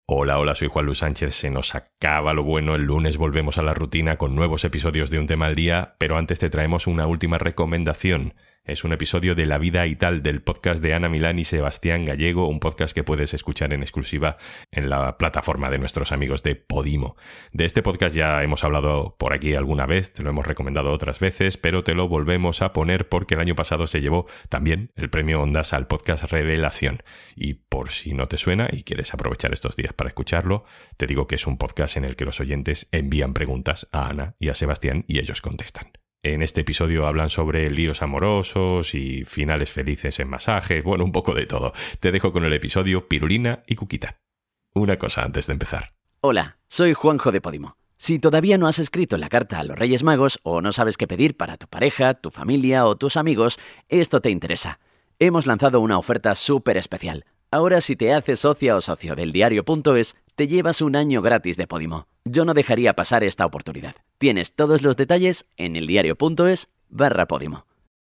Hola, hola, soy Juan Luis Sánchez. Se nos acaba lo bueno. El lunes volvemos a la rutina con nuevos episodios de Un Tema al Día, pero antes te traemos una última recomendación. Es un episodio de La Vida y Tal, del podcast de Ana Milán y Sebastián Gallego, un podcast que puedes escuchar en exclusiva en la plataforma de nuestros amigos de Podimo. De este podcast ya hemos hablado por aquí alguna vez, te lo hemos recomendado otras veces, pero te lo volvemos a poner porque el año pasado se llevó también el premio Ondas al podcast Revelación. Y por si no te suena y quieres aprovechar estos días para escucharlo, te digo que es un podcast en el que los oyentes envían preguntas a Ana y a Sebastián y ellos contestan. En este episodio hablan sobre líos amorosos y finales felices en masajes, bueno, un poco de todo. Te dejo con el episodio Pirulina y Cuquita. Una cosa antes de empezar. Hola, soy Juanjo de Podimo. Si todavía no has escrito la carta a los Reyes Magos o no sabes qué pedir para tu pareja, tu familia o tus amigos, esto te interesa. Hemos lanzado una oferta súper especial. Ahora si te haces socia o socio del diario.es, te llevas un año gratis de Podimo. Yo no dejaría pasar esta oportunidad. Tienes todos los detalles en eldiario.es/Podimo.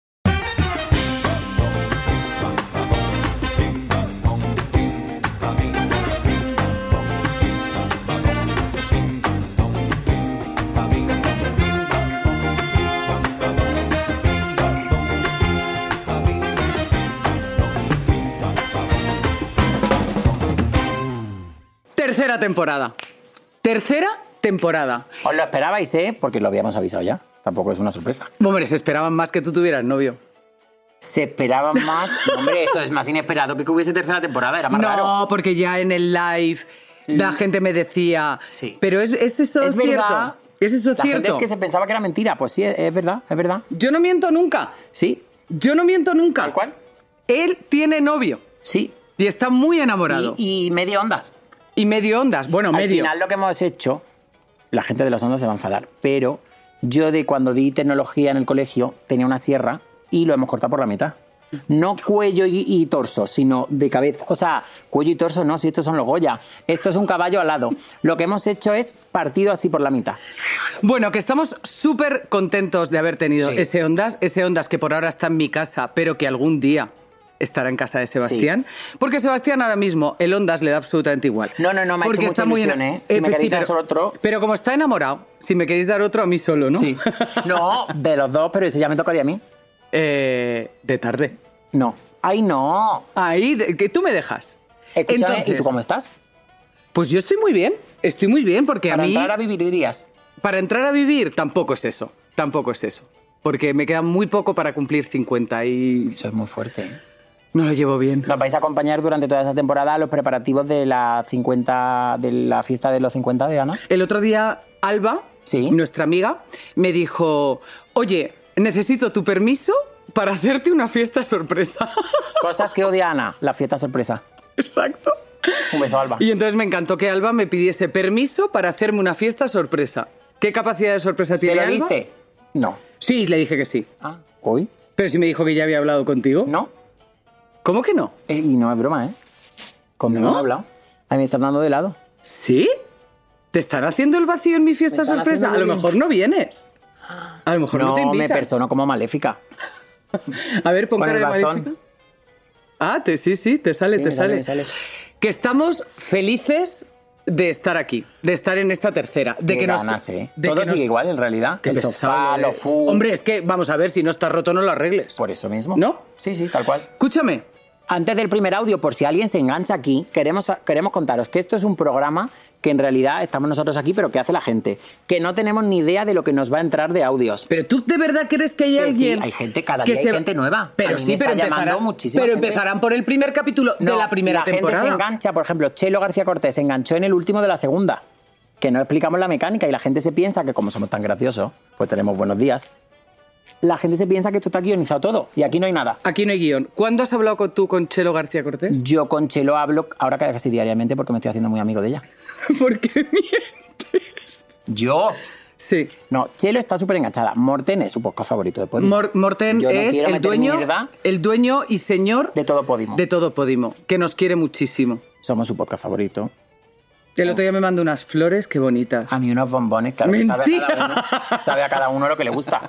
Tercera temporada. Os lo esperabais, ¿eh? Porque lo habíamos avisado ya. Tampoco es una sorpresa. Hombre, se esperaban más que tú tuvieras novio. Se esperaban más... Hombre, eso es más inesperado que hubiese tercera temporada. Era más raro. No, porque ya en el live la gente me decía... Sí. Pero ¿es eso Es cierto? verdad. ¿Es eso La cierto? gente es que se pensaba que era mentira. Pues sí, es verdad, es verdad. Yo no miento nunca. Sí. Yo no miento nunca. ¿Tal cual? Él tiene novio Sí. y está muy enamorado. Y medio ondas. Y medio ondas. Bueno, Al medio. final lo que hemos hecho... La gente de las ondas se va a enfadar. Pero yo de cuando di tecnología en el colegio tenía una sierra y lo hemos cortado por la mitad. No cuello y torso, sino de cabeza. O sea, cuello y torso no, si estos son los Goya. Esto es un caballo alado. Lo que hemos hecho es partido así por la mitad. Bueno, que estamos súper contentos de haber tenido Sí. ese Ondas que por ahora está en mi casa, pero que algún día estará en casa de Sebastián. Porque Sebastián ahora mismo, el Ondas le da absolutamente igual. No, me ha hecho Porque mucha está muy ilusión, ¿eh? Si me queréis dar pero, otro... pero como está enamorado, si me queréis dar otro, a mí solo, ¿no? Sí. No, de los dos, pero ese ya me tocaría a mí. De tarde. No. ¡Ay, no! Ahí, que tú me dejas. Escúchame, Entonces, ¿y tú cómo estás? Pues yo estoy muy bien, porque Para a mí... entrar a vivir dirías. Para entrar a vivir, tampoco es eso. Porque me queda muy poco para cumplir 50 y... Eso es muy fuerte, ¿eh? No lo llevo bien. Nos vais a acompañar durante toda esta temporada a los preparativos de la fiesta de los 50 de Ana. El otro día, Alba, Sí. nuestra amiga, me dijo, oye, necesito tu permiso para hacerte una fiesta sorpresa. Cosas que odia Ana, la fiesta sorpresa. Exacto. Un beso, Alba. Y entonces me encantó que Alba me pidiese permiso para hacerme una fiesta sorpresa. ¿Qué capacidad de sorpresa ¿Se tiene lo Alba? diste? No. Sí, le dije que sí. Ah, ¿hoy? Pero si me dijo que ya había hablado contigo. No. ¿Cómo que no? Y no es broma, ¿eh? Conmigo ¿No? no he hablado. A mí me están dando de lado. ¿Sí? ¿Te están haciendo el vacío en mi fiesta Me están sorpresa? A haciendo lo el- mejor no vienes. A lo mejor no te No, me invitan. persono como maléfica. A ver, pon Con cara el de bastón. maléfica. Ah, sí, te sale, Sí, te me sale, sale. me sale. Que estamos felices de estar aquí, de estar en esta tercera. De Qué que ganas, ¿eh? de Todo que sigue igual, en realidad. Qué El pesado, sofá, los food... Hombre, es que, vamos a ver, si no está roto no lo arregles. Por eso mismo. ¿No? Sí, sí, tal cual. Escúchame. Antes del primer audio, por si alguien se engancha aquí, queremos contaros que esto es un programa que en realidad estamos nosotros aquí, pero que hace la gente. Que no tenemos ni idea de lo que nos va a entrar de audios. ¿Pero tú de verdad crees que hay Que alguien? sí, hay gente, cada que día hay gente nueva. Pero A mí sí, me pero está llamando empezarán, muchísima pero gente. empezarán por el primer capítulo de No, la primera la temporada. gente se engancha, por ejemplo, Chelo García Cortés se enganchó en el último de la segunda. Que no explicamos la mecánica y la gente se piensa que como somos tan graciosos, pues tenemos buenos días. La gente se piensa que esto está guionizado todo y aquí no hay nada. Aquí no hay guión. ¿Cuándo has hablado tú con Chelo García Cortés? Yo con Chelo hablo ahora casi diariamente porque me estoy haciendo muy amigo de ella. ¿Por qué mientes? ¿Yo? Sí. No, Chelo está súper enganchada. Morten es su podcast favorito de Podimo. Morten Yo no es quiero el meter dueño, mierda el dueño y señor de todo Podimo. de todo Podimo, que nos quiere muchísimo. Somos su podcast favorito. El otro día me mandó unas flores, qué bonitas. A mí unos bombones, claro, que ¡Mentira! sabe a cada uno lo que le gusta.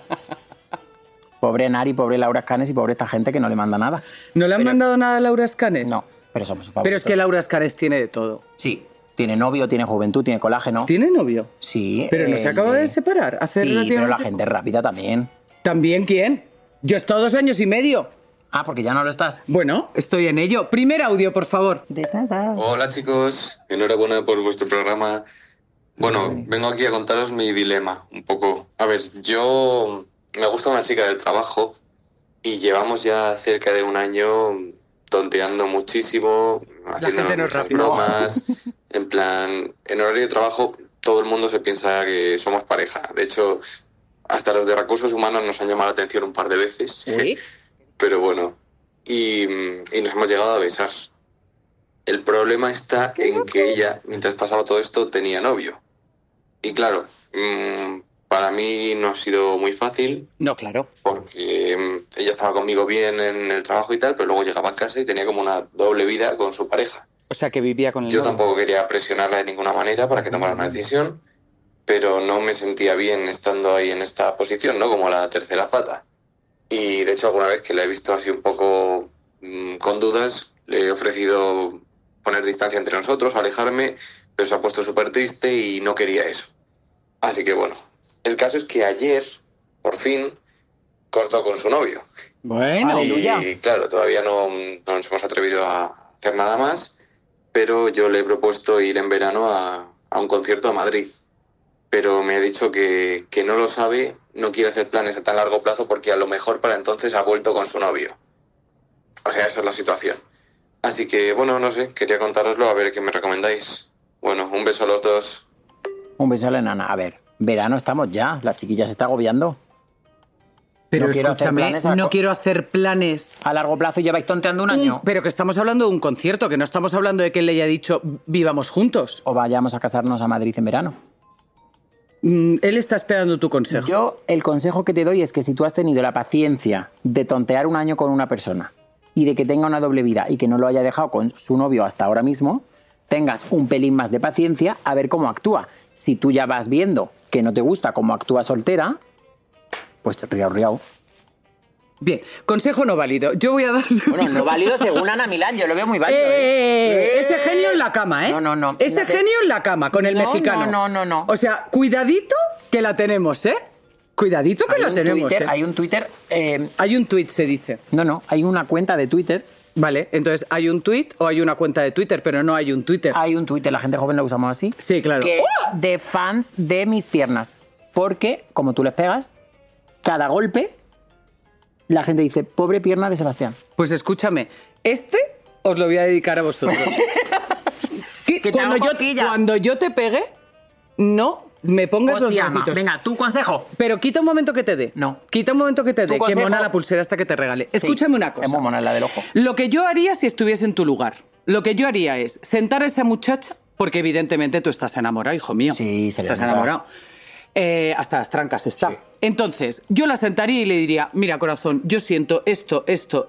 Pobre Nari, pobre Laura Escanes y pobre esta gente que no le manda nada. ¿No le han mandado nada a Laura Escanes? No, pero somos su favorito. Pero es que Laura Escanes tiene de todo. Sí. Tiene novio, tiene juventud, tiene colágeno. ¿Tiene novio? Sí. Pero no se acaba de separar. Hace Sí, pero relativamente la gente es rápida también. ¿También quién? Yo he estado 2 años y medio. Ah, porque ya no lo estás. Bueno, estoy en ello. Primer audio, por favor. Hola chicos, enhorabuena por vuestro programa. Bueno, vengo aquí a contaros mi dilema un poco. A ver, yo me gusta una chica del trabajo y llevamos ya cerca de 1 año tonteando muchísimo, gente no haciendo es muchas rápida. bromas. En plan, en horario de trabajo todo el mundo se piensa que somos pareja. De hecho, hasta los de recursos humanos nos han llamado la atención un par de veces. ¿Sí? Pero bueno, y nos hemos llegado a besar. El problema está en que ella, mientras pasaba todo esto, tenía novio. Y claro, para mí no ha sido muy fácil No, claro. porque ella estaba conmigo bien en el trabajo y tal, pero luego llegaba a casa y tenía como una doble vida con su pareja. O sea, que vivía con el Yo novio. tampoco quería presionarla de ninguna manera para que tomara una decisión, pero no me sentía bien estando ahí en esta posición, ¿no? Como la tercera pata. Y de hecho alguna vez que la he visto así un poco con dudas, le he ofrecido poner distancia entre nosotros, alejarme, pero se ha puesto súper triste y no quería eso. Así que bueno, el caso es que ayer, por fin, cortó con su novio. Bueno. Aleluya. Y claro, todavía no nos hemos atrevido a hacer nada más, pero yo le he propuesto ir en verano a un concierto a Madrid. Pero me ha dicho que no lo sabe, no quiere hacer planes a tan largo plazo porque a lo mejor para entonces ha vuelto con su novio. O sea, esa es la situación. Así que, bueno, no sé, quería contároslo a ver qué me recomendáis. Bueno, un beso a los dos. Un beso a la enana. A ver, verano estamos ya. La chiquilla se está agobiando. Pero No quiero hacer escúchame, planes a no co- quiero hacer planes. A largo plazo lleváis tonteando 1 año. Pero que estamos hablando de un concierto, que no estamos hablando de que él le haya dicho vivamos juntos. O vayamos a casarnos a Madrid en verano. Él está esperando tu consejo. Yo, el consejo que te doy es que si tú has tenido la paciencia de tontear 1 año con una persona y de que tenga una doble vida y que no lo haya dejado con su novio hasta ahora mismo, tengas un pelín más de paciencia a ver cómo actúa. Si tú ya vas viendo que no te gusta cómo actúa soltera, pues riau, riau. Bien, consejo no válido. Yo voy a dar... Bueno, no válido según Ana Milán, yo lo veo muy válido. Ese genio en la cama, ¿eh? No. Ese Fíjate. genio en la cama, con el No, mexicano. no. O sea, cuidadito que la tenemos, ¿eh? Cuidadito que Hay la un tenemos, Twitter, ¿eh? hay un Twitter... Hay un tuit, se dice. no, hay una cuenta de Twitter. Vale, entonces hay un tuit o hay una cuenta de Twitter, pero no hay un Twitter. Hay un Twitter, la gente joven lo usamos así. Sí, claro. Que de fans de mis piernas. Porque, como tú les pegas, cada golpe, la gente dice, pobre pierna de Sebastián. Pues escúchame, este os lo voy a dedicar a vosotros. Que te hago cosquillas. Cuando yo te pegue, no me pongas O los se llama. bracitos. Venga, tu consejo. Pero quita un momento que te dé. No. Quita un momento que te Tu dé. Que consejo- mona la pulsera hasta que te regale. Escúchame Sí, una cosa. Es muy mona la del ojo. Lo que yo haría si estuviese en tu lugar. Lo que yo haría es sentar a esa muchacha, porque evidentemente tú estás enamorado, hijo mío. Sí, se le Estás nota. enamorado. Hasta las trancas está. Sí. Entonces, yo la sentaría y le diría, mira, corazón, yo siento esto,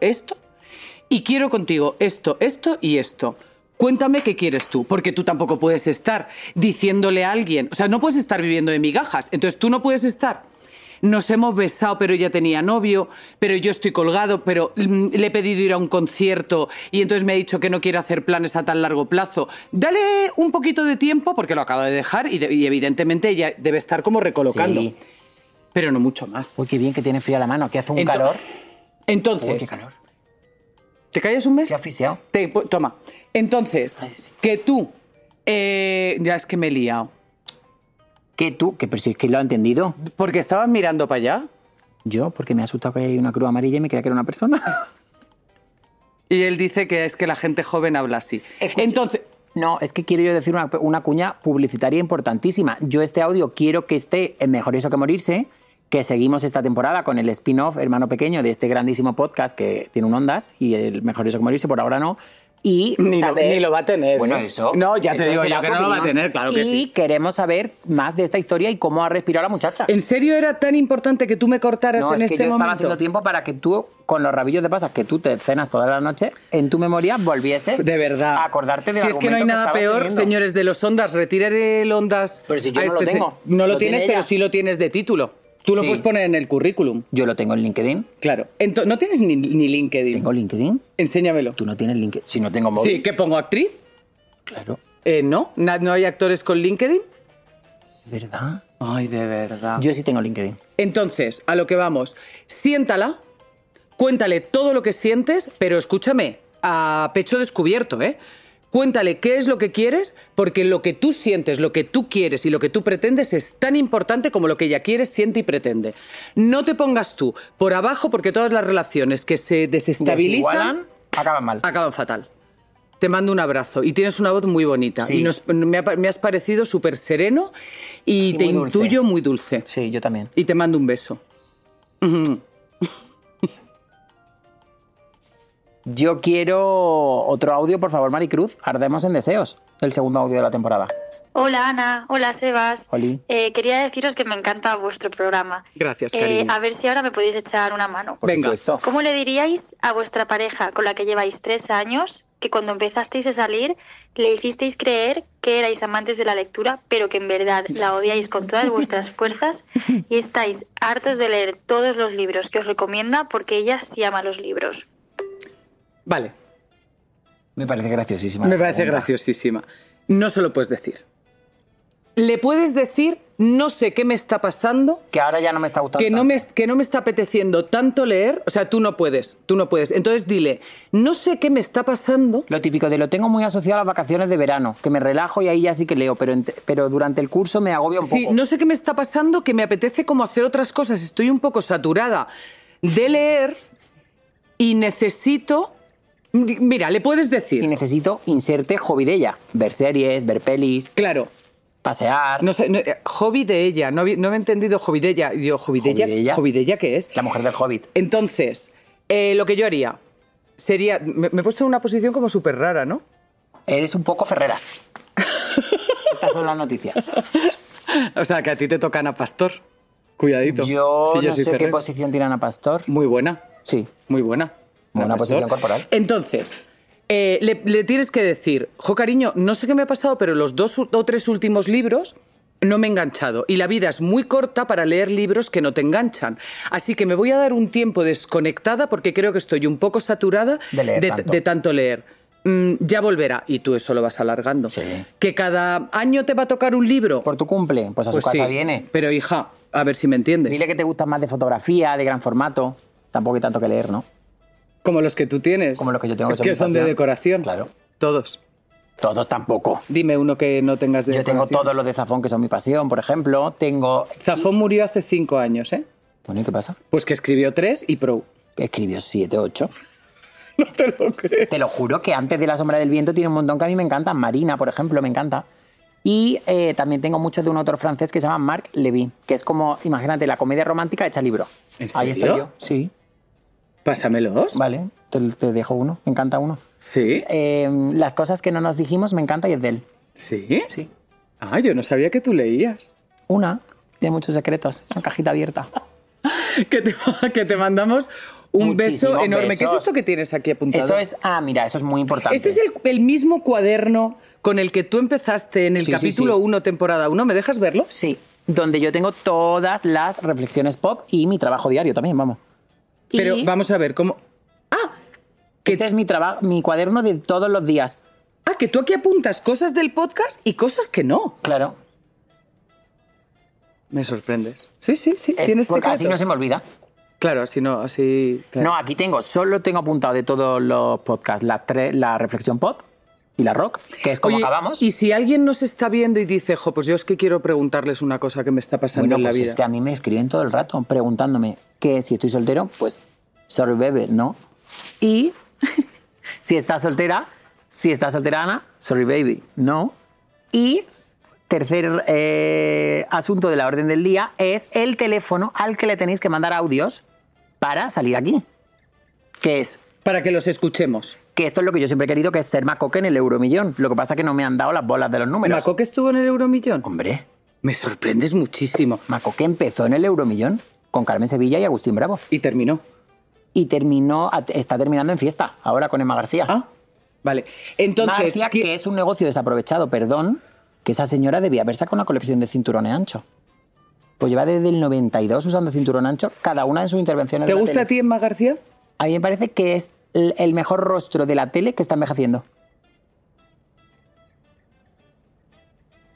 y quiero contigo esto y esto. Cuéntame qué quieres tú, porque tú tampoco puedes estar diciéndole a alguien, o sea, no puedes estar viviendo de migajas, entonces tú no puedes estar. Nos hemos besado, pero ella tenía novio, pero yo estoy colgado, pero le he pedido ir a un concierto y entonces me ha dicho que no quiere hacer planes a tan largo plazo. Dale un poquito de tiempo, porque lo acaba de dejar y evidentemente ella debe estar como recolocando. Sí. Pero no mucho más. Uy, qué bien que tiene fría la mano, que hace un Ento- calor. Entonces, Uy, qué calor. ¿te callas un mes? Qué asfixiado. Toma. Entonces, Ay, sí. que tú... ya es que me he liado. Que tú, que pero si es que lo ha entendido. Porque estabas mirando para allá Yo, porque me ha asustado que hay una cruz amarilla y me creía que era una persona. y él dice que es que la gente joven habla así. Escucha. Entonces... No, es que quiero yo decir una cuña publicitaria importantísima. Yo este audio quiero que esté en Mejor eso que morirse, que seguimos esta temporada con el spin-off Hermano Pequeño de este grandísimo podcast que tiene un Ondas y el Mejor eso que morirse por ahora no. Y Ni saber- lo va a tener. Bueno, ¿eh? eso. No, ya te eso digo será yo que tu no lo va a opinión. tener, claro que y sí. queremos saber más de esta historia y cómo ha respirado la muchacha. ¿En serio era tan importante que tú me cortaras No, en es que este yo estaba momento? haciendo tiempo para que tú, con los rabillos de pasas que tú te cenas toda la noche, en tu memoria volvieses De verdad. a acordarte del Si es que no hay argumento nada estabas peor, teniendo. señores de los Ondas, retiraré el Ondas. Pero si yo a no lo tengo. No lo Lo tienes, tiene pero ella. sí lo tienes de título. Tú lo Sí. puedes poner en el currículum. Yo lo tengo en LinkedIn. Claro. No tienes ni LinkedIn. ¿Tengo LinkedIn? Enséñamelo. Tú no tienes LinkedIn. Si no tengo móvil. Sí, ¿qué pongo? ¿Actriz? Claro. No hay actores con LinkedIn. ¿Verdad? Ay, de verdad. Yo sí tengo LinkedIn. Entonces, a lo que vamos. Siéntala, cuéntale todo lo que sientes, pero escúchame, a pecho descubierto, ¿eh? Cuéntale qué es lo que quieres, porque lo que tú sientes, lo que tú quieres y lo que tú pretendes es tan importante como lo que ella quiere, siente y pretende. No te pongas tú por abajo, porque todas las relaciones que se desestabilizan Desigualan, acaban mal. acaban fatal. Te mando un abrazo y tienes una voz muy bonita. Sí. Y me has parecido súper sereno y te muy dulce. intuyo muy dulce. Sí, yo también. Y te mando un beso. Yo quiero otro audio, por favor, Maricruz. Ardemos en deseos. El segundo audio de la temporada. Hola Ana, hola Sebas. Oli. Quería deciros que me encanta vuestro programa. Gracias, cariño. A ver si ahora me podéis echar una mano. Por Venga. supuesto. ¿Cómo le diríais a vuestra pareja con la que lleváis 3 años que cuando empezasteis a salir le hicisteis creer que erais amantes de la lectura, pero que en verdad la odiáis con todas vuestras fuerzas y estáis hartos de leer todos los libros que os recomienda porque ella sí ama los libros? Vale, Me parece graciosísima. me la parece pregunta. graciosísima. No se lo puedes decir. Le puedes decir, no sé qué me está pasando, Que ahora ya no me está gustando. que no me está apeteciendo tanto leer. O sea, tú no puedes. Entonces dile, no sé qué me está pasando. Lo típico de lo tengo muy asociado a las vacaciones de verano, que me relajo y ahí ya sí que leo, pero durante el curso me agobia un Sí, poco. no sé qué me está pasando, que me apetece como hacer otras cosas. Estoy un poco saturada de leer y necesito... Mira, le puedes Y decir. necesito inserte hobby de ella. Ver series, ver pelis, Claro, pasear. no sé, hobby de ella. No he entendido hobby de ella. Y digo, ¿hobby de ¿Hobby de ella? ella? ¿Hobby de ella qué es? La mujer del Hobbit. Entonces, lo que yo haría sería... Me he puesto en una posición como súper rara, ¿no? Eres un poco Ferreras. Estas son las noticias. O sea, que a ti te toca Ana Pastor. Cuidadito. Yo Sí, no soy sé qué Ferrer. posición tiene Ana Pastor. Muy buena, Sí. muy buena. Buena Ana posición Pastor. corporal. Entonces, le tienes que decir, jo, cariño, no sé qué me ha pasado, pero los 2 o 3 últimos libros no me he enganchado. Y la vida es muy corta para leer libros que no te enganchan. Así que me voy a dar un tiempo desconectada porque creo que estoy un poco saturada De leer tanto. de tanto leer. Ya volverá. Y tú eso lo vas alargando. Sí. Que cada año te va a tocar un libro. Por tu cumple, pues a su casa sí. viene. Pero hija, a ver si me entiendes. Dile que te gustan más de fotografía, de gran formato. Tampoco hay tanto que leer, ¿no? Como los que tú tienes. Como los que yo tengo, Es que que son mi son de pasión. decoración. Claro. Todos. Todos tampoco. Dime uno que no tengas de Yo tengo decoración. todos los de Zafón, que son mi pasión, por ejemplo. Tengo... Zafón murió hace 5 años, ¿eh? Bueno, ¿y qué pasa? Pues que escribió 3 y Pro. Escribió 7, 8. No te lo creo. Te lo juro que antes de La sombra del viento tiene un montón que a mí me encantan. Marina, por ejemplo, me encanta. Y también tengo muchos de un autor francés que se llama Marc Levy, que es como, imagínate, la comedia romántica hecha libro. ¿En Ahí serio? estoy yo. Sí. Pásamelos. Vale, te dejo uno. Me encanta uno. ¿Sí? Las cosas que no nos dijimos me encanta y es de él. ¿Sí? Sí. Ah, yo no sabía que tú leías. Una. Tiene muchos secretos. Es una cajita abierta. Que te mandamos un beso Muchísimos enorme. ¿Qué es besos. esto que tienes aquí apuntado? Eso es... Ah, mira, eso es muy importante. Este es el mismo cuaderno con el que tú empezaste en el Sí, sí, capítulo sí. 1, temporada 1. ¿Me dejas verlo? Sí, donde yo tengo todas las reflexiones pop y mi trabajo diario también, vamos. Pero Y vamos a ver cómo... este es mi trabajo, mi cuaderno de todos los días. Que tú aquí apuntas cosas del podcast y cosas que no. Claro. Me sorprendes. Sí, Es tienes porque así secretos. no se me olvida. Claro, así no, así... claro. No, aquí solo tengo apuntado de todos los podcasts la reflexión pop y la rock, que es como Oye, acabamos. y si alguien nos está viendo y dice, jo, pues yo es que quiero preguntarles una cosa que me está pasando Bueno, en la pues vida. es que a mí me escriben todo el rato preguntándome que si estoy soltero, pues sorry baby, ¿no? Y si estás soltera Ana, sorry baby, ¿no? Y tercer asunto de la orden del día es el teléfono al que le tenéis que mandar audios para salir aquí. Que es Para que los escuchemos. que esto es lo que yo siempre he querido, que es ser Macoque en el Euromillón. Lo que pasa es que no me han dado las bolas de los números. ¿Macoque estuvo en el Euromillón? Hombre, Me sorprendes muchísimo. Macoque empezó en el Euromillón con Carmen Sevilla y Agustín Bravo. Y terminó. Y está terminando en fiesta, ahora con Emma García. Ah, vale. Entonces... García, que es un negocio desaprovechado, perdón, que esa señora debía haber sacado una colección de cinturones anchos. Pues lleva desde el 92 usando cinturón ancho, cada una en sus intervenciones ¿Te de la gusta tele. a ti Emma García? A mí me parece que es el mejor rostro de la tele que está envejeciendo.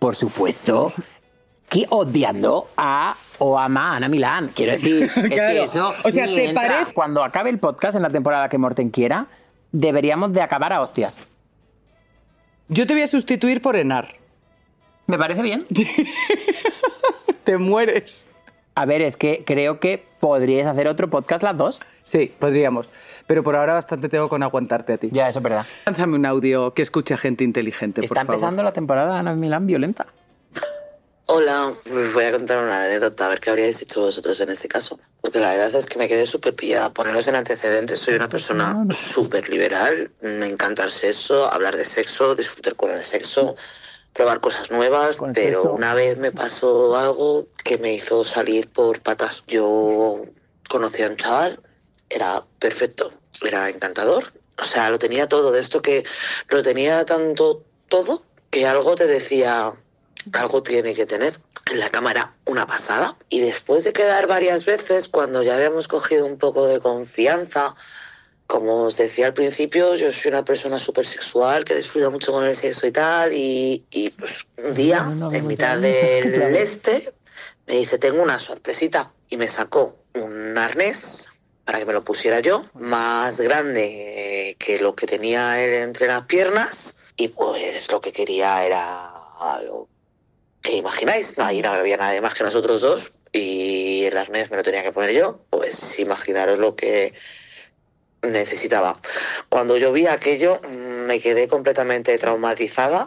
por supuesto, que odiando a Ana Milán. Quiero decir, Claro. es que eso... O sea, ni ¿te entra. parece? Cuando acabe el podcast en la temporada que Morten quiera, deberíamos de acabar a hostias. Yo te voy a sustituir por Enar. ¿Me parece bien? Te mueres. A ver, es que creo que podríais hacer otro podcast las dos. Sí, podríamos. Pero por ahora bastante tengo con aguantarte a ti. Ya, eso es verdad. Lánzame un audio que escuche a gente inteligente, Está por favor. empezando la temporada de Ana Milán violenta. Hola, os voy a contar una anécdota, a ver qué habríais hecho vosotros en este caso. Porque la verdad es que me quedé súper pillada. Poneros en antecedentes, soy una persona súper liberal. Me encanta el sexo, hablar de sexo, disfrutar con el sexo, probar cosas nuevas. Con el Pero sexo. una vez me pasó algo que me hizo salir por patas. Yo conocí a un chaval, era perfecto, era encantador. O sea, lo tenía todo, de esto que lo tenía tanto todo que algo te decía... Algo tiene que tener. En la cama era una pasada. Y después de quedar varias veces, cuando ya habíamos cogido un poco de confianza, como os decía al principio, yo soy una persona súper sexual, que disfruta mucho con el sexo y tal. Y pues un día, en mitad del este, me dice, tengo una sorpresita. Y me sacó un arnés para que me lo pusiera yo, más grande que lo que tenía él entre las piernas. Y pues lo que quería era algo que imagináis, ahí no había nadie más que nosotros dos y el arnés me lo tenía que poner yo, pues imaginaros lo que necesitaba. Cuando yo vi aquello me quedé completamente traumatizada,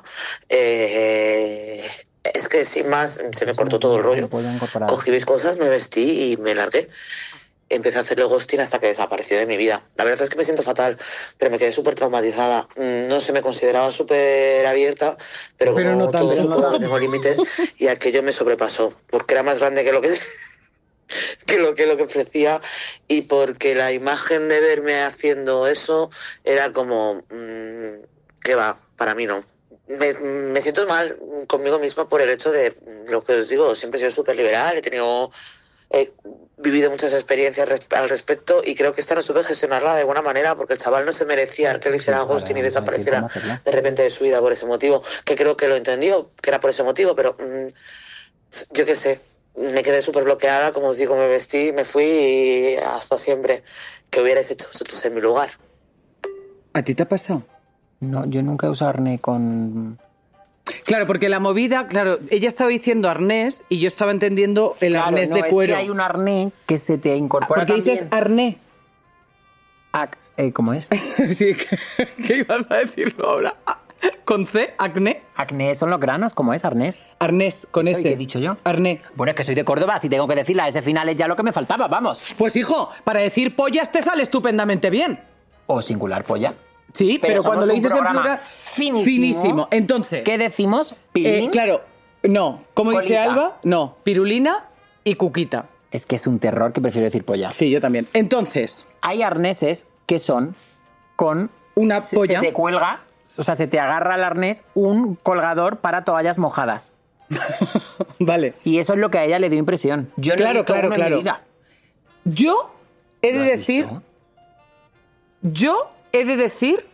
es que sin más se me cortó todo el rollo, cogí mis cosas, me vestí y me largué. Empecé a hacerle ghosting hasta que desapareció de mi vida. La verdad es que me siento fatal, pero me quedé súper traumatizada. No sé, me consideraba súper abierta, pero como no tanto. todo supongo que tengo límites y aquello me sobrepasó, porque era más grande que lo que lo que ofrecía y porque la imagen de verme haciendo eso era como que va, para mí no. Me siento mal conmigo misma por el hecho de lo que os digo, siempre he sido súper liberal, he vivido muchas experiencias al respecto y creo que esta no supe gestionarla de buena manera porque el chaval no se merecía que le hiciera ghosting y desapareciera de repente de su vida por ese motivo, que creo que lo entendió, que era por ese motivo, pero yo qué sé, me quedé súper bloqueada, como os digo, me vestí, me fui y hasta siempre. ¿Qué hubierais hecho vosotros en mi lugar? ¿A ti te ha pasado? No, yo nunca he usado arnés con... Claro, porque la movida, claro, ella estaba diciendo arnés y yo estaba entendiendo el Claro, arnés no, de cuero. Es que hay un arnés que se te incorpora ¿Por qué dices arnés? ¿Cómo es? Sí, ¿qué ibas a decirlo ahora? ¿Con C? ¿Acné? Acné son los granos, ¿cómo es arnés? Arnés, con ¿Eso S. qué he dicho yo? Arnés. Bueno, es que soy de Córdoba, si tengo que decir la S final es ya lo que me faltaba, vamos. Pues hijo, para decir pollas te sale estupendamente bien. O singular polla. Sí, pero cuando somos lo un dices en programa plural... finísimo. Entonces... ¿Qué decimos? ¿Pilín? claro, no. ¿Cómo dice Colita. Alba? No. Pirulina y cuquita. Es que es un terror que prefiero decir polla. Sí, yo también. Entonces... Hay arneses que son con... Una polla. Se te cuelga, o sea, se te agarra al arnés un colgador para toallas mojadas. Vale. Y eso es lo que a ella le dio impresión. Yo no he visto uno en mi vida. Yo he de ¿Lo has decir... visto? Yo he de decir...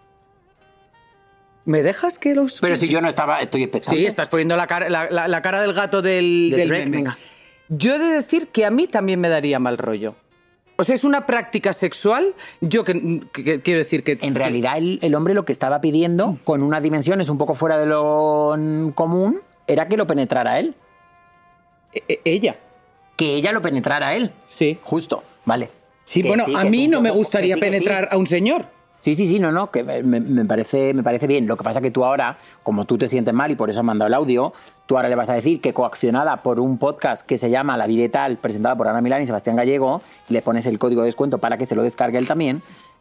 ¿Me dejas que los...? Pero si yo no estaba, estoy expectante. Sí, estás poniendo la cara del gato del De Shrek, meme. venga. Yo he de decir que a mí también me daría mal rollo. O sea, es una práctica sexual, yo que quiero decir que... En realidad, el hombre lo que estaba pidiendo, con unas dimensiones un poco fuera de lo común, era que lo penetrara a él. Ella. Que ella lo penetrara a él. Sí. Justo, vale. Sí, Que bueno, sí, a que es mí un no me poco- gustaría que sí, que sí. penetrar a un señor. Sí, no, que me parece bien. Lo que pasa que tú ahora, como tú te sientes mal y por eso has mandado el audio, tú ahora le vas a decir que coaccionada por un podcast que se llama La Vida y Tal, presentado por Ana Milán y Sebastián Gallego, le pones el código de descuento para que se lo descargue él también,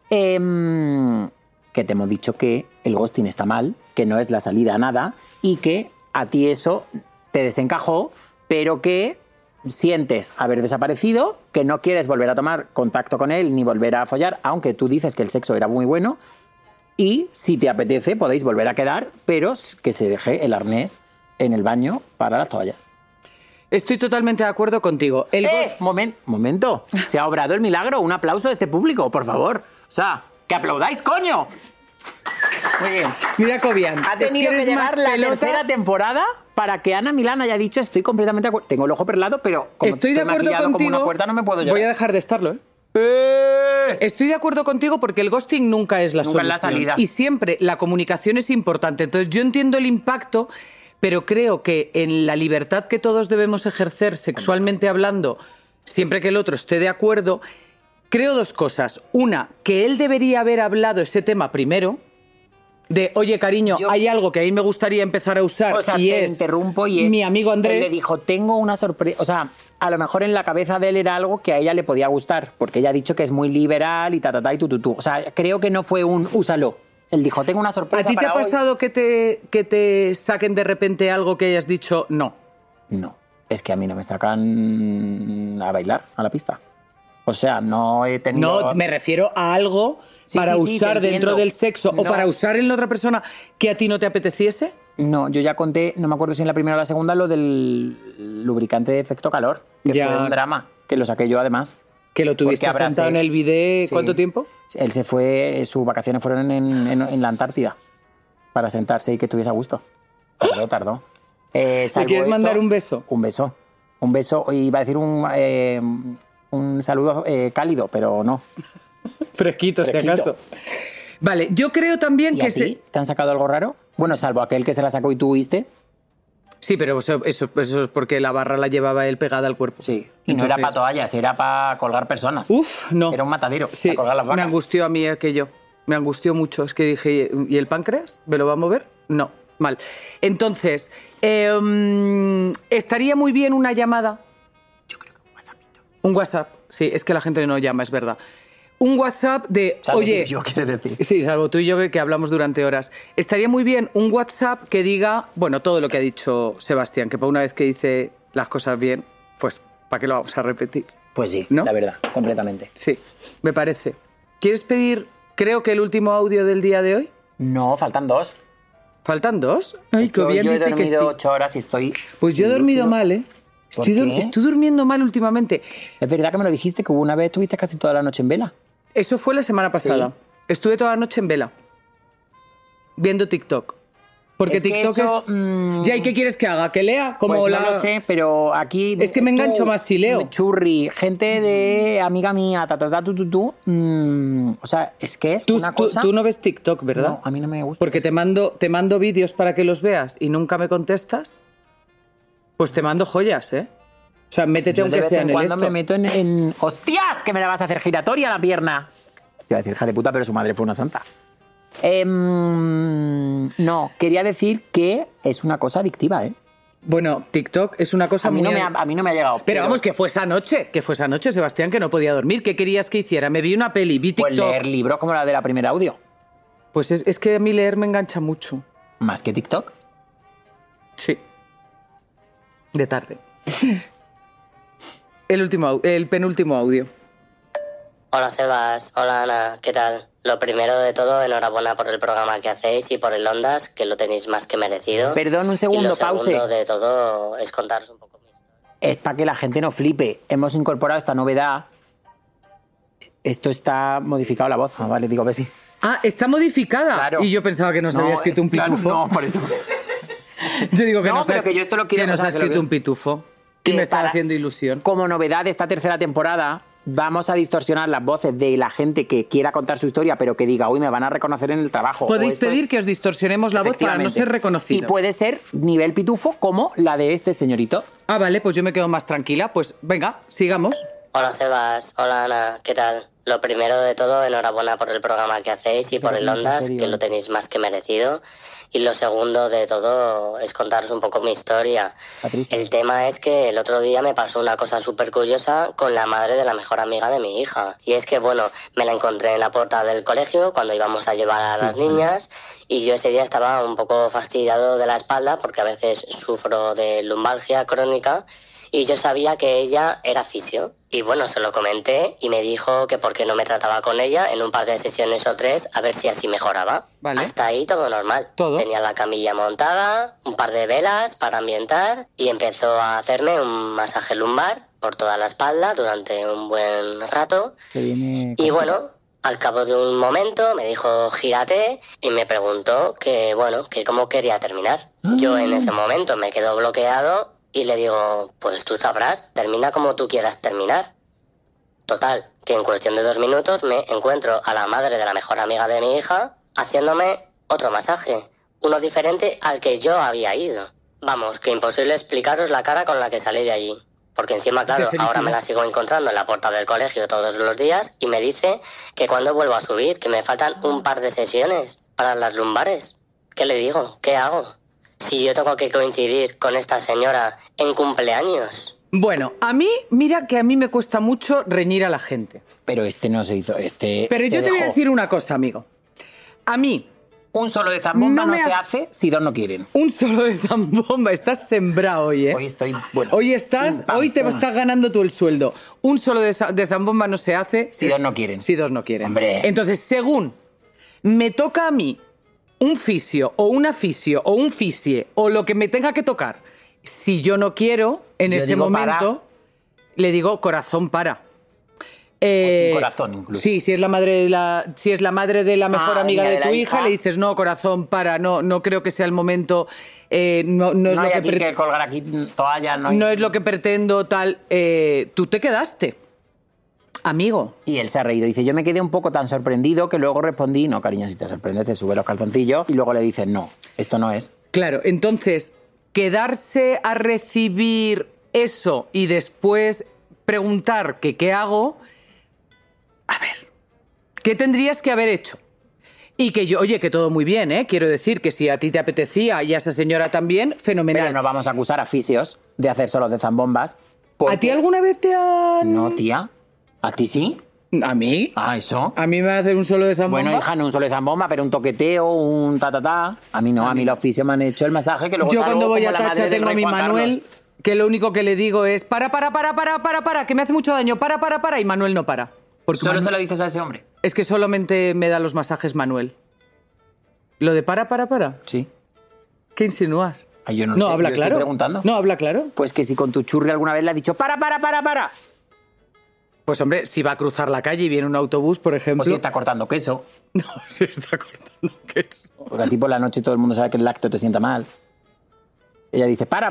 que te hemos dicho que el ghosting está mal, que no es la salida a nada y que a ti eso te desencajó, pero que sientes haber desaparecido, que no quieres volver a tomar contacto con él ni volver a follar, aunque tú dices que el sexo era muy bueno, y si te apetece podéis volver a quedar, pero que se deje el arnés en el baño para las toallas. Estoy totalmente de acuerdo contigo. El Momento, se ha obrado el milagro, un aplauso a este público, por favor. O sea, que aplaudáis, coño. Muy bien. Mira, Cobian, Ha es que tenido que eres llegar más la pelota. tercera temporada para que Ana Milán haya dicho estoy completamente de acuerdo. Tengo el ojo perlado, pero como Estoy de acuerdo maquillado contigo. como una puerta no me puedo llorar. Voy a dejar de estarlo, ¿eh? Estoy de acuerdo contigo porque el ghosting nunca es la Nunca es solución. la salida. Y siempre la comunicación es importante. Entonces yo entiendo el impacto, pero creo que en la libertad que todos debemos ejercer sexualmente hablando, siempre que el otro esté de acuerdo, creo dos cosas. Una, que él debería haber hablado ese tema primero, de, oye, cariño, hay algo que a mí me gustaría empezar a usar O sea, y te es interrumpo y es... mi amigo Andrés. Él le dijo, tengo una sorpresa... O sea, a lo mejor en la cabeza de él era algo que a ella le podía gustar, porque ella ha dicho que es muy liberal y y tu. O sea, creo que no fue un úsalo. Él dijo, tengo una ¿A sorpresa ti te para ha hoy. pasado que te saquen de repente algo que hayas dicho no? No, es que a mí no me sacan a bailar a la pista. O sea, no he tenido... No, me refiero a algo Sí, para sí, sí, usar te dentro entiendo. del sexo o No. para usar en la otra persona que a ti no te apeteciese. No, yo ya conté, no me acuerdo si en la primera o la segunda, lo del lubricante de efecto calor, que Ya. fue un drama, que lo saqué yo además. Que lo tuviste Porque abracé. sentado en el bidet, Sí. ¿cuánto tiempo? Él se fue, sus vacaciones fueron en la Antártida, para sentarse y que estuviese a gusto. Tardó. ¿Le Salvo quieres mandar eso, un beso? Un beso. Un beso, iba a decir un saludo cálido, pero no. Fresquito, si Fresquito. acaso. Vale, yo creo también ¿Y que a ti? ¿Te han sacado algo raro? Bueno, salvo aquel que se la sacó y tú huiste. Sí, pero eso es porque la barra la llevaba él pegada al cuerpo. Sí. Y no era Entonces- para toallas, era para colgar personas. Uf, no. Era un matadero Sí, para colgar las me vacas. angustió a mí aquello. Me angustió mucho. Es que dije, ¿y el páncreas? ¿Me lo va a mover? No, mal. Entonces, estaría muy bien una llamada. Yo creo que un WhatsAppito. Un WhatsApp. Sí, es que la gente no llama, es verdad. Un WhatsApp de, Salvo oye... tú y yo, quiere decir. Sí, salvo tú y yo que hablamos durante horas. Estaría muy bien un WhatsApp que diga, bueno, todo lo que ha dicho Sebastián, que para una vez que dice las cosas bien, pues, ¿para qué lo vamos a repetir? Pues sí, ¿No? la verdad, completamente. Sí, me parece. ¿Quieres pedir, creo que el último audio del día de hoy? No, faltan dos. ¿Faltan dos? Ay, Es que que bien yo he dice que dormido sí. 8 horas y estoy... Pues yo he dormido lúcido. mal, ¿eh? ¿Por qué? Estoy durmiendo mal últimamente. Es verdad que me lo dijiste, que hubo una vez estuviste casi toda la noche en vela. Eso fue la semana pasada. Sí. Estuve toda la noche en vela, viendo TikTok. Porque Es que TikTok eso, es... ¿Ya y qué quieres que haga? ¿Que lea? Como Pues la... no lo sé, pero aquí... Es que me engancho más si leo. Churri, gente de amiga mía, tu. O sea, es que es Tú, una cosa... tú no ves TikTok, ¿verdad? No, a mí no me gusta. Porque te mando vídeos para que los veas y nunca me contestas. Pues te mando joyas, ¿eh? O sea, métete Yo de aunque vez sea en en el cuando esto. me meto en... ¡Hostias! Que me la vas a hacer giratoria la pierna. Te iba a decir hija de puta, pero su madre fue una santa. No, quería decir que es una cosa adictiva, ¿eh? Bueno, TikTok es una cosa A mí, muy... a mí no me ha llegado. Pero vamos, que fue esa noche, Sebastián, que no podía dormir. ¿Qué querías que hiciera? Me vi una peli, vi Pues TikTok. leer libros como la de la primera audio. Pues es que a mí leer me engancha mucho. Más que TikTok. Sí. De tarde. El penúltimo audio. Hola Sebas, hola Ana, ¿qué tal? Lo primero de todo, enhorabuena por el programa que hacéis y por el Ondas, que lo tenéis más que merecido. Perdón, un y segundo, lo pause. segundo de todo es contaros un poco mi historia. Es para que la gente no flipe. Hemos incorporado esta novedad. Esto está modificado la voz. Ah, vale, digo que sí. Ah, está modificada. Claro. Y yo pensaba que nos había escrito un claro, pitufo. no, por eso. Yo digo que No, nos pero ha que yo esto lo quiero- que nos o sea, ha que lo escrito veo. un pitufo. Y Que me está para- haciendo ilusión. Como novedad de esta tercera temporada, vamos a distorsionar las voces de la gente que quiera contar su historia, pero que diga, uy, me van a reconocer en el trabajo. Podéis O esto pedir es- que os distorsionemos la voz para no Efectivamente. ser reconocidos. Y puede ser nivel pitufo como la de este señorito. Ah, vale, pues yo me quedo más tranquila. Pues venga, sigamos. Hola Sebas, hola Ana, ¿qué tal? Lo primero de todo, enhorabuena por el programa que hacéis y por el no es en Ondas, serio. que lo tenéis más que merecido. Y lo segundo de todo es contaros un poco mi historia. Patricia. El tema es que el otro día me pasó una cosa súper curiosa con la madre de la mejor amiga de mi hija. Y es que, bueno, me la encontré en la puerta del colegio cuando íbamos a llevar a las niñas y yo ese día estaba un poco fastidiado de la espalda porque a veces sufro de lumbalgia crónica y yo sabía que ella era fisio. Y bueno, se lo comenté y me dijo que por qué no me trataba con ella en un par de sesiones o 3 a ver si así mejoraba. Vale. Hasta ahí todo normal. Todo. Tenía la camilla montada, un par de velas para ambientar y empezó a hacerme un masaje lumbar por toda la espalda durante un buen rato. Que viene... Y bueno, Al cabo de un momento me dijo gírate y me preguntó que cómo quería terminar. Yo en ese momento me quedo bloqueado y le digo, pues tú sabrás, termina como tú quieras terminar. Total, que en cuestión de 2 minutos me encuentro a la madre de la mejor amiga de mi hija haciéndome otro masaje, uno diferente al que yo había ido. Vamos, que imposible explicaros la cara con la que salí de allí. Porque encima, claro, ahora me la sigo encontrando en la puerta del colegio todos los días y me dice que cuando vuelvo a subir, que me faltan un par de sesiones para las lumbares. ¿Qué le digo? ¿Qué hago? Si yo tengo que coincidir con esta señora en cumpleaños. Bueno, a mí, mira que a mí me cuesta mucho reñir a la gente. Pero este no se hizo, Pero yo te voy a decir una cosa, amigo. A mí... Un solo de zambomba no se hace si 2 no quieren. Un solo de zambomba. Estás sembrado hoy, ¿eh? Hoy estoy... Bueno. Hoy te estás ganando tú el sueldo. Un solo de zambomba no se hace... Si 2 no quieren. Si 2 no quieren. Hombre. Entonces, según me toca a mí un fisio o una fisio o un fisie o lo que me tenga que tocar, si yo no quiero, en ese momento, le digo, corazón, para. O sin corazón, incluso. Sí, si es la madre de la mejor amiga de tu hija, le dices, no, corazón, para, no creo que sea el momento, no es lo que colgar aquí toalla, no es lo que pretendo, tal. Tú te quedaste, amigo. Y él se ha reído. Dice, yo me quedé un poco tan sorprendido que luego respondí, no, cariño, si te sorprendes, te sube los calzoncillos. Y luego le dices, no, esto no es. Claro, entonces, quedarse a recibir eso y después preguntar que qué hago... A ver, ¿qué tendrías que haber hecho? Y que yo, oye, que todo muy bien, ¿eh? Quiero decir que si a ti te apetecía y a esa señora también, fenomenal. Pero no vamos a acusar a fisios de hacer solo de zambombas. ¿A ti alguna vez te han...? No, tía. ¿A ti sí? ¿A mí? Ah, ¿eso? ¿A mí me va a hacer un solo de zambomba? Bueno, hija, no un solo de zambomba, pero un toqueteo, un ta-ta-ta. A mí no, a mí los fisios me han hecho el masaje que luego yo salgo cuando voy como a la Tacha madre del tengo a rey mi Juan Manuel, Carlos. que lo único que le digo es para, que me hace mucho daño, para, y Manuel no para. Porque ¿Solo se lo dices a ese hombre? Es que solamente me da los masajes Manuel. ¿Lo de para? Sí. ¿Qué insinúas? Ay, yo no No, sé, habla yo claro. Estoy preguntando. No, habla claro. Pues que si con tu churri alguna vez le has dicho para. Pues hombre, si va a cruzar la calle y viene un autobús, por ejemplo... O si está cortando queso. No, si está cortando queso. Porque a ti por la noche todo el mundo sabe que el lácteo te sienta mal. Ella dice, para.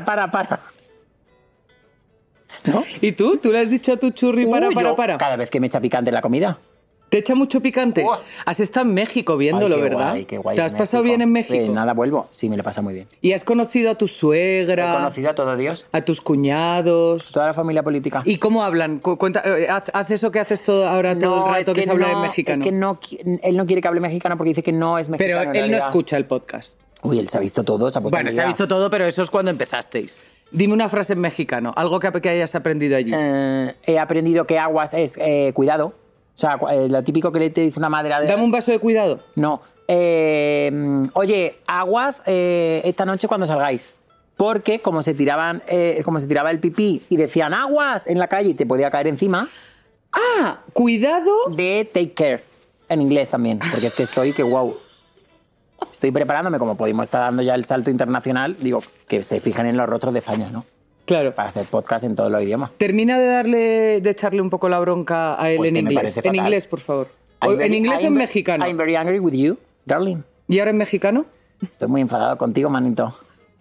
¿No? ¿Y tú? ¿Tú le has dicho a tu churri para? Cada vez que me echa picante en la comida. ¿Te echa mucho picante? Has estado en México viéndolo, Ay, qué ¿verdad? guay, qué guay ¿Te en has pasado México. bien en México? Nada, vuelvo. Sí, me lo pasa muy bien. ¿Y has conocido a tu suegra? He conocido a todo Dios. ¿A tus cuñados? Toda la familia política. ¿Y cómo hablan? Cuenta, haz eso que haces ahora todo el rato, que es hablar en mexicano. Es que él no quiere que hable mexicano porque dice que no es mexicano. Pero en él no realidad. escucha el podcast. Uy, él se ha visto todo, se ha puesto Bueno, se ha visto todo, pero eso es cuando empezasteis. Dime una frase en mexicano, algo que hayas aprendido allí. He aprendido que aguas es cuidado. O sea, lo típico que le te dice una madre... Dame un vaso de cuidado. No. Oye, aguas esta noche cuando salgáis. Porque como se tiraba el pipí y decían aguas en la calle y te podía caer encima... Ah, cuidado... De take care. En inglés también. Porque es que estoy wow. Estoy preparándome, como Podimo está dando ya el salto internacional, digo, que se fijen en los rostros de España, ¿no? Claro. Para hacer podcast en todos los idiomas. Termina de echarle un poco la bronca a él Pues en que me inglés. parece En fatal. inglés, por favor. ¿En inglés o en mexicano? I'm very angry with you, darling. ¿Y ahora en mexicano? Estoy muy enfadado contigo, manito.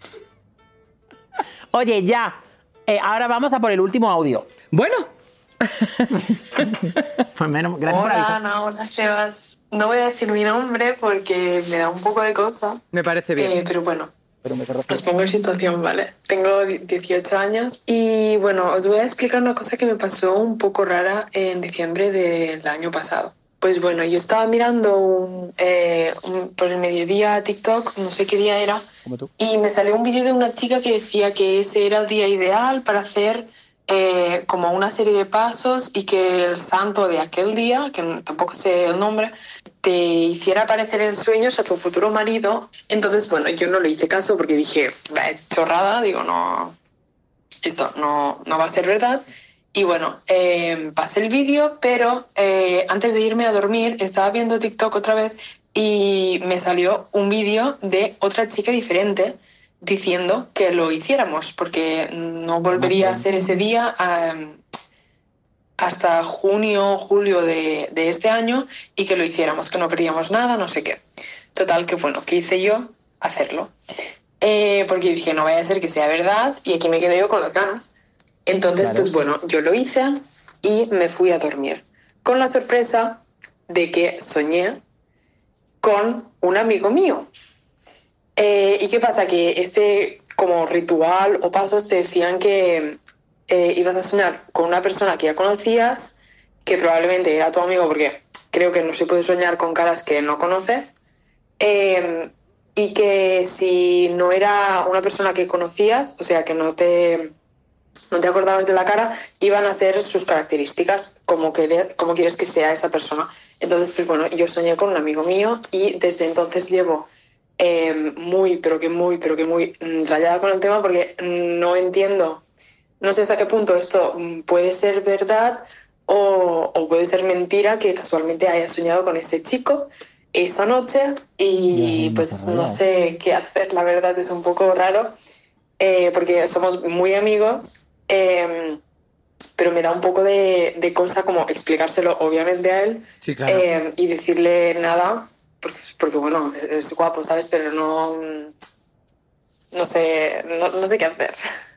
Oye, ya. Ahora vamos a por el último audio. Bueno. Pues menos, gracias por Hola, avisar. Ana, hola, Sebas. No voy a decir mi nombre porque me da un poco de cosa. Me parece bien. Pero bueno, Pero me corro. os pongo en situación, ¿vale? Tengo 18 años y bueno, os voy a explicar una cosa que me pasó un poco rara en diciembre del año pasado. Pues bueno, yo estaba mirando por el mediodía TikTok, no sé qué día era, Como tú. y me salió un vídeo de una chica que decía que ese era el día ideal para hacer como una serie de pasos y que el santo de aquel día, que tampoco sé el nombre, te hiciera aparecer en sueños a tu futuro marido. Entonces, bueno, yo no le hice caso porque dije, es chorrada, digo, no, esto no va a ser verdad. Y bueno, pasé el vídeo, pero antes de irme a dormir estaba viendo TikTok otra vez y me salió un vídeo de otra chica diferente diciendo que lo hiciéramos porque no volvería a ser ese día hasta junio, julio de este año y que lo hiciéramos, que no queríamos nada, no sé qué. Total, que bueno, ¿qué hice yo? Hacerlo. Porque dije, no vaya a ser que sea verdad y aquí me quedé yo con las ganas. Entonces, Claro. pues bueno, yo lo hice y me fui a dormir. Con la sorpresa de que soñé con un amigo mío. ¿Y qué pasa? Que este como ritual o pasos te decían que ibas a soñar con una persona que ya conocías, que probablemente era tu amigo, porque creo que no se puede soñar con caras que no conoces, y que si no era una persona que conocías, o sea, que no te acordabas de la cara, iban a ser sus características, como quieres que sea esa persona. Entonces, pues bueno, yo soñé con un amigo mío y desde entonces llevo muy rayada con el tema porque no entiendo, no sé hasta qué punto esto puede ser verdad o puede ser mentira que casualmente haya soñado con ese chico esa noche y pues no sé qué hacer, la verdad es un poco raro porque somos muy amigos, pero me da un poco de cosa como explicárselo obviamente a él, Sí, claro. y decirle nada porque bueno, es guapo, ¿sabes? Pero no sé qué hacer.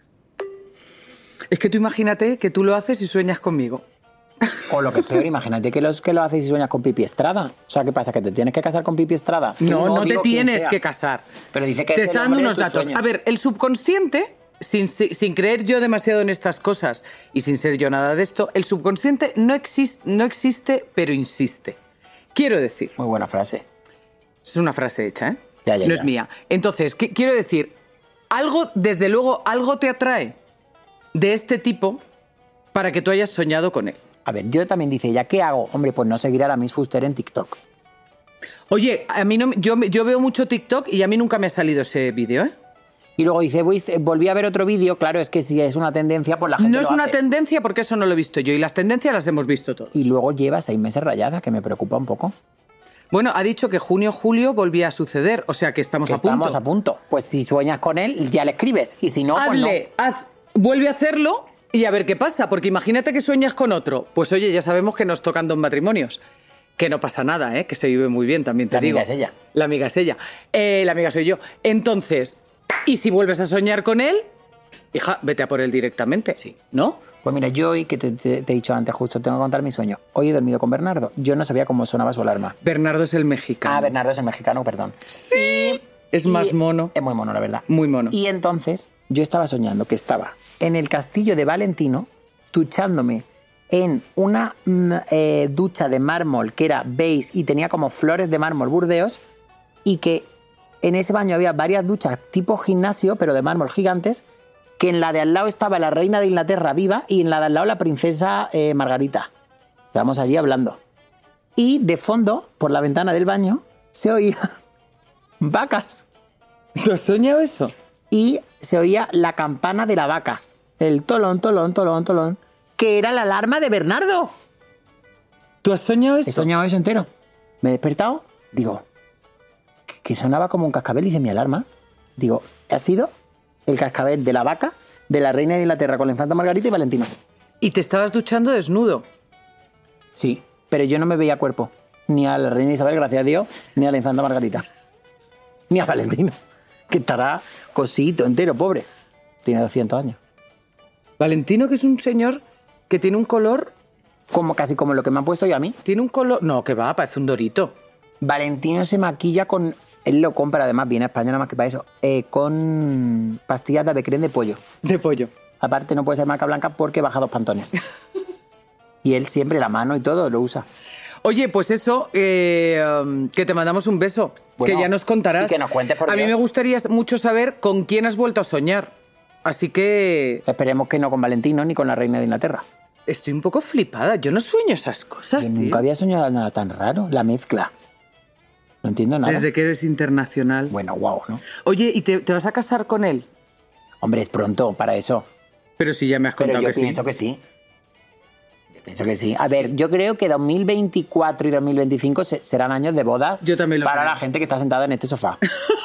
Es que tú imagínate que tú lo haces y sueñas conmigo. O lo que es peor, imagínate que lo haces y sueñas con Pipi Estrada. O sea, ¿qué pasa? ¿Que te tienes que casar con Pipi Estrada? No, no te digo quién tienes sea. que casar. Pero dice que Te es el está dando hombre de unos tus datos. sueños. A ver, el subconsciente, sin creer yo demasiado en estas cosas y sin ser yo nada de esto, el subconsciente no existe, pero insiste. Quiero decir, Muy buena frase. es una frase hecha, ¿eh? Ya, no es mía. Entonces, quiero decir, algo, desde luego, algo te atrae de este tipo para que tú hayas soñado con él. A ver, yo también dice, ¿ya qué hago? Hombre, pues no seguir a la Miss Fuster en TikTok. Oye, a mí no, yo veo mucho TikTok y a mí nunca me ha salido ese vídeo, ¿eh? Y luego dice, volví a ver otro vídeo. Claro, es que si es una tendencia, pues la gente No es lo una hace. tendencia porque eso no lo he visto yo y las tendencias las hemos visto todos. Y luego lleva 6 meses rayada, que me preocupa un poco. Bueno, ha dicho que junio, julio volvía a suceder, o sea que estamos a punto. Estamos a punto. Pues si sueñas con él, ya le escribes. Y si no, Hazle, vuelve a hacerlo y a ver qué pasa, porque imagínate que sueñas con otro. Pues oye, ya sabemos que nos tocan 2 matrimonios. Que no pasa nada, ¿eh? Que se vive muy bien, también te La digo. amiga es ella. La amiga es ella. La amiga soy yo. Entonces, ¿y si vuelves a soñar con él? Hija, vete a por él directamente. Sí. ¿No? Pues mira, yo hoy, que te he dicho antes, justo tengo que contar mi sueño. Hoy he dormido con Bernardo. Yo no sabía cómo sonaba su alarma. Bernardo es el mexicano. Ah, Bernardo es el mexicano, perdón. Sí. Es más mono. Es muy mono, la verdad. Muy mono. Y entonces yo estaba soñando que estaba en el castillo de Valentino, duchándome en una ducha de mármol que era beige y tenía como flores de mármol Burdeos, y que en ese baño había varias duchas tipo gimnasio, pero de mármol gigantes, que en la de al lado estaba la reina de Inglaterra viva y en la de al lado la princesa Margarita. Estábamos allí hablando. Y de fondo, por la ventana del baño, se oía vacas. ¿Tú has soñado eso? Y se oía la campana de la vaca. El tolón, tolón, tolón, tolón. Que era la alarma de Bernardo. ¿Tú has soñado eso? He soñado eso entero. Me he despertado, digo, que sonaba como un cascabel, dice mi alarma. Digo, ha sido el cascabel de la vaca, de la reina de Inglaterra con la infanta Margarita y Valentino. Y te estabas duchando desnudo. Sí, pero yo no me veía cuerpo. Ni a la reina Isabel, gracias a Dios, ni a la infanta Margarita. Ni a Valentino, que estará cosito, entero, pobre. Tiene 200 años. Valentino, que es un señor que tiene un color... Casi como lo que me han puesto yo a mí. Tiene un color... No, que va, parece un dorito. Valentino se maquilla con... Él lo compra, además, viene a España nada más que para eso, con pastillas de avecren de pollo. De pollo. Aparte no puede ser marca blanca porque baja 2 pantones. Y él siempre la mano y todo lo usa. Oye, pues eso, que te mandamos un beso, Bueno, que ya nos contarás. y que nos cuentes, por A mí Dios. me gustaría mucho saber con quién has vuelto a soñar. Así que Esperemos que no con Valentino ni con la reina de Inglaterra. estoy un poco flipada. Yo no sueño esas cosas, Yo tío. nunca había soñado nada tan raro. La mezcla. No entiendo nada. Desde que eres internacional. Bueno, guau, ¿no? Oye, ¿y te vas a casar con él? Hombre, es pronto para eso. Pero si ya me has Pero contado yo que sí. pienso que sí. Yo pienso que sí. A ver, yo creo que 2024 y 2025 serán años de bodas. Yo también lo para creo. la gente que está sentada en este sofá.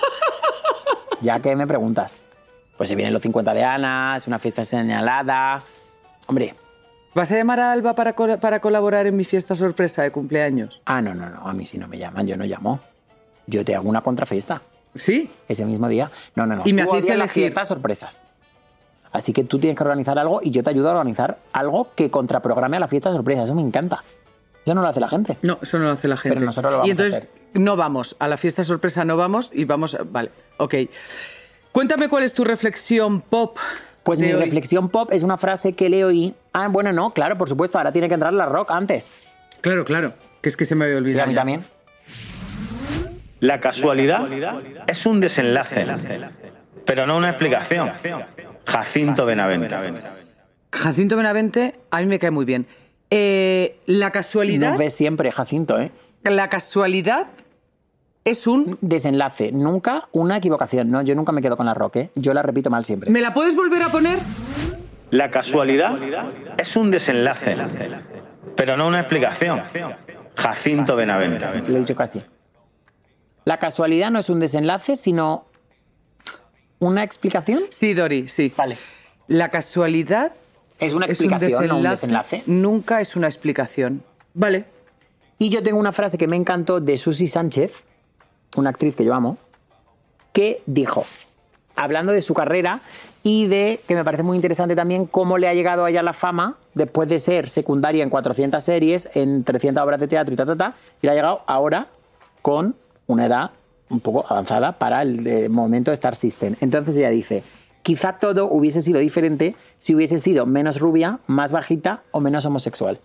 Ya que me preguntas. Pues se vienen los 50 de Ana, es una fiesta señalada. Hombre, ¿Vas a llamar a Alba para colaborar en mi fiesta sorpresa de cumpleaños? Ah, no, a mí si no me llaman, yo no llamo. Yo te hago una contrafiesta. ¿Sí? Ese mismo día. No. Y me Tú hacéis odias las elegir. fiestas sorpresas. Así que tú tienes que organizar algo y yo te ayudo a organizar algo que contraprograme a la fiesta sorpresa. Eso me encanta. Eso no lo hace la gente. No, eso no lo hace la gente. Pero nosotros lo vamos y entonces, a hacer. no vamos. A la fiesta sorpresa no vamos y vamos... Vale, ok. Cuéntame cuál es tu reflexión pop. Pues de mi hoy. reflexión pop es una frase que leo y... Ah, bueno, no, claro, por supuesto. Ahora tiene que entrar la rock antes. Claro. Que es que se me había Sí, olvidado. a mí ya. también. La casualidad es un desenlace, pero no una explicación. Jacinto Benavente. Jacinto Benavente, a mí me cae muy bien. La casualidad... Nos ves siempre, Jacinto, ¿eh? La casualidad es un... Desenlace, nunca una equivocación. No, yo nunca me quedo con la rock, ¿eh? Yo la repito mal siempre. ¿Me la puedes volver a poner? La casualidad es un desenlace, pero no una explicación. Jacinto Benavente. Lo he dicho casi. La casualidad no es un desenlace, sino una explicación. Sí, Dori, sí. Vale. La casualidad Es una explicación, no un desenlace. Nunca es una explicación. Vale. Y yo tengo una frase que me encantó de Susi Sánchez, una actriz que yo amo, que dijo, hablando de su carrera y de, que me parece muy interesante también, cómo le ha llegado a ella la fama después de ser secundaria en 400 series, en 300 obras de teatro y le ha llegado ahora con una edad un poco avanzada para el momento de Star System. Entonces ella dice, quizá todo hubiese sido diferente si hubiese sido menos rubia, más bajita o menos homosexual.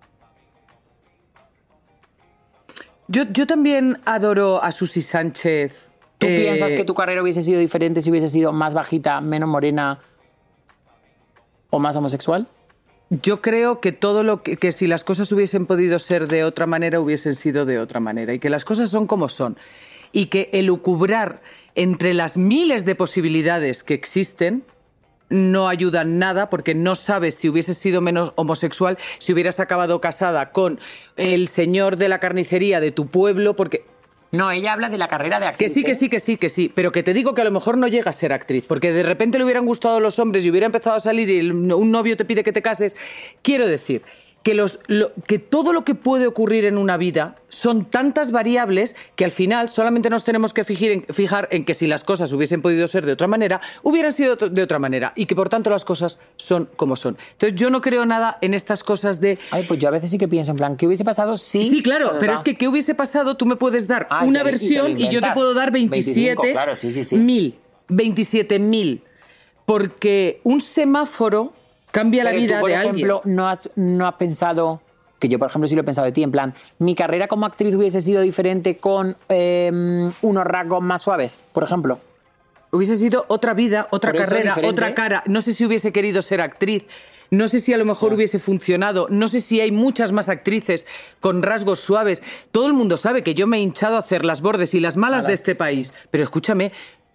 Yo también adoro a Susi Sánchez. ¿Tú piensas que tu carrera hubiese sido diferente si hubiese sido más bajita, menos morena o más homosexual? Yo creo que todo lo que si las cosas hubiesen podido ser de otra manera, hubiesen sido de otra manera. Y que las cosas son como son. Y que elucubrar entre las miles de posibilidades que existen no ayudan nada, porque no sabes si hubieses sido menos homosexual, si hubieras acabado casada con el señor de la carnicería de tu pueblo, porque... No, ella habla de la carrera de actriz. Que sí, pero que te digo que a lo mejor no llega a ser actriz, porque de repente le hubieran gustado los hombres y hubiera empezado a salir y un novio te pide que te cases. Quiero decir que, que todo lo que puede ocurrir en una vida son tantas variables que al final solamente nos tenemos que fijar en que si las cosas hubiesen podido ser de otra manera, hubieran sido de otra manera y que por tanto las cosas son como son. Entonces yo no creo nada en estas cosas de... Ay, pues yo a veces sí que pienso en plan, ¿qué hubiese pasado si...? Sí, claro, pero es que ¿qué hubiese pasado? Tú me puedes dar una versión y yo te puedo dar 27.000. Claro, sí. 27.000. Porque un semáforo cambia la vida de alguien. Por ejemplo, no has pensado... Que yo, por ejemplo, sí lo he pensado de ti, en plan, mi carrera como actriz hubiese sido diferente con unos rasgos más suaves, por ejemplo. Hubiese sido otra vida, otra carrera, otra cara. No sé si hubiese querido ser actriz. No sé si a lo mejor hubiese funcionado. No sé si hay muchas más actrices con rasgos suaves. Todo el mundo sabe que yo me he hinchado a hacer las bordes y las malas de este país. Pero escúchame,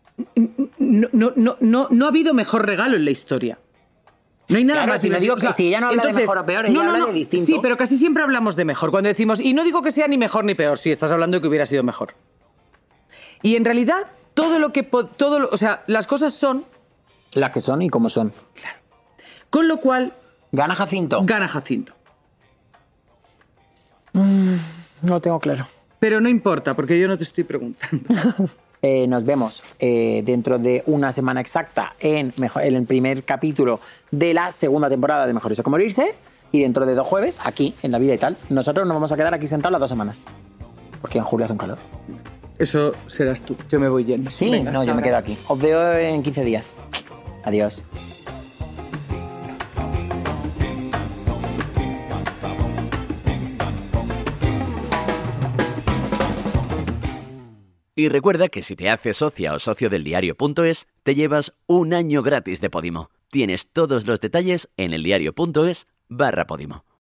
no ha habido mejor regalo en la historia. No hay nada claro, más. Si no digo que si ella no habla de mejor o peor, ella habla de distinto. Sí, pero casi siempre hablamos de mejor. Cuando decimos, y no digo que sea ni mejor ni peor, si estás hablando de que hubiera sido mejor. Y en realidad, o sea, las cosas son... Las que son y como son. Claro. Con lo cual... ¿Gana Jacinto? Gana Jacinto. No lo tengo claro. Pero no importa, porque yo no te estoy preguntando. Nos vemos dentro de una semana exacta en el primer capítulo de la segunda temporada de Mejor eso que morirse, y dentro de 2 jueves, aquí, en La Vida y Tal. Nosotros nos vamos a quedar aquí sentados las 2 semanas, porque en julio hace un calor. Eso serás tú. Yo me voy yendo. Sí, Venga, no, yo me quedo aquí. Os veo en 15 días. Adiós. Y recuerda que si te haces socia o socio del diario.es, te llevas 1 año gratis de Podimo. Tienes todos los detalles en eldiario.es/Podimo.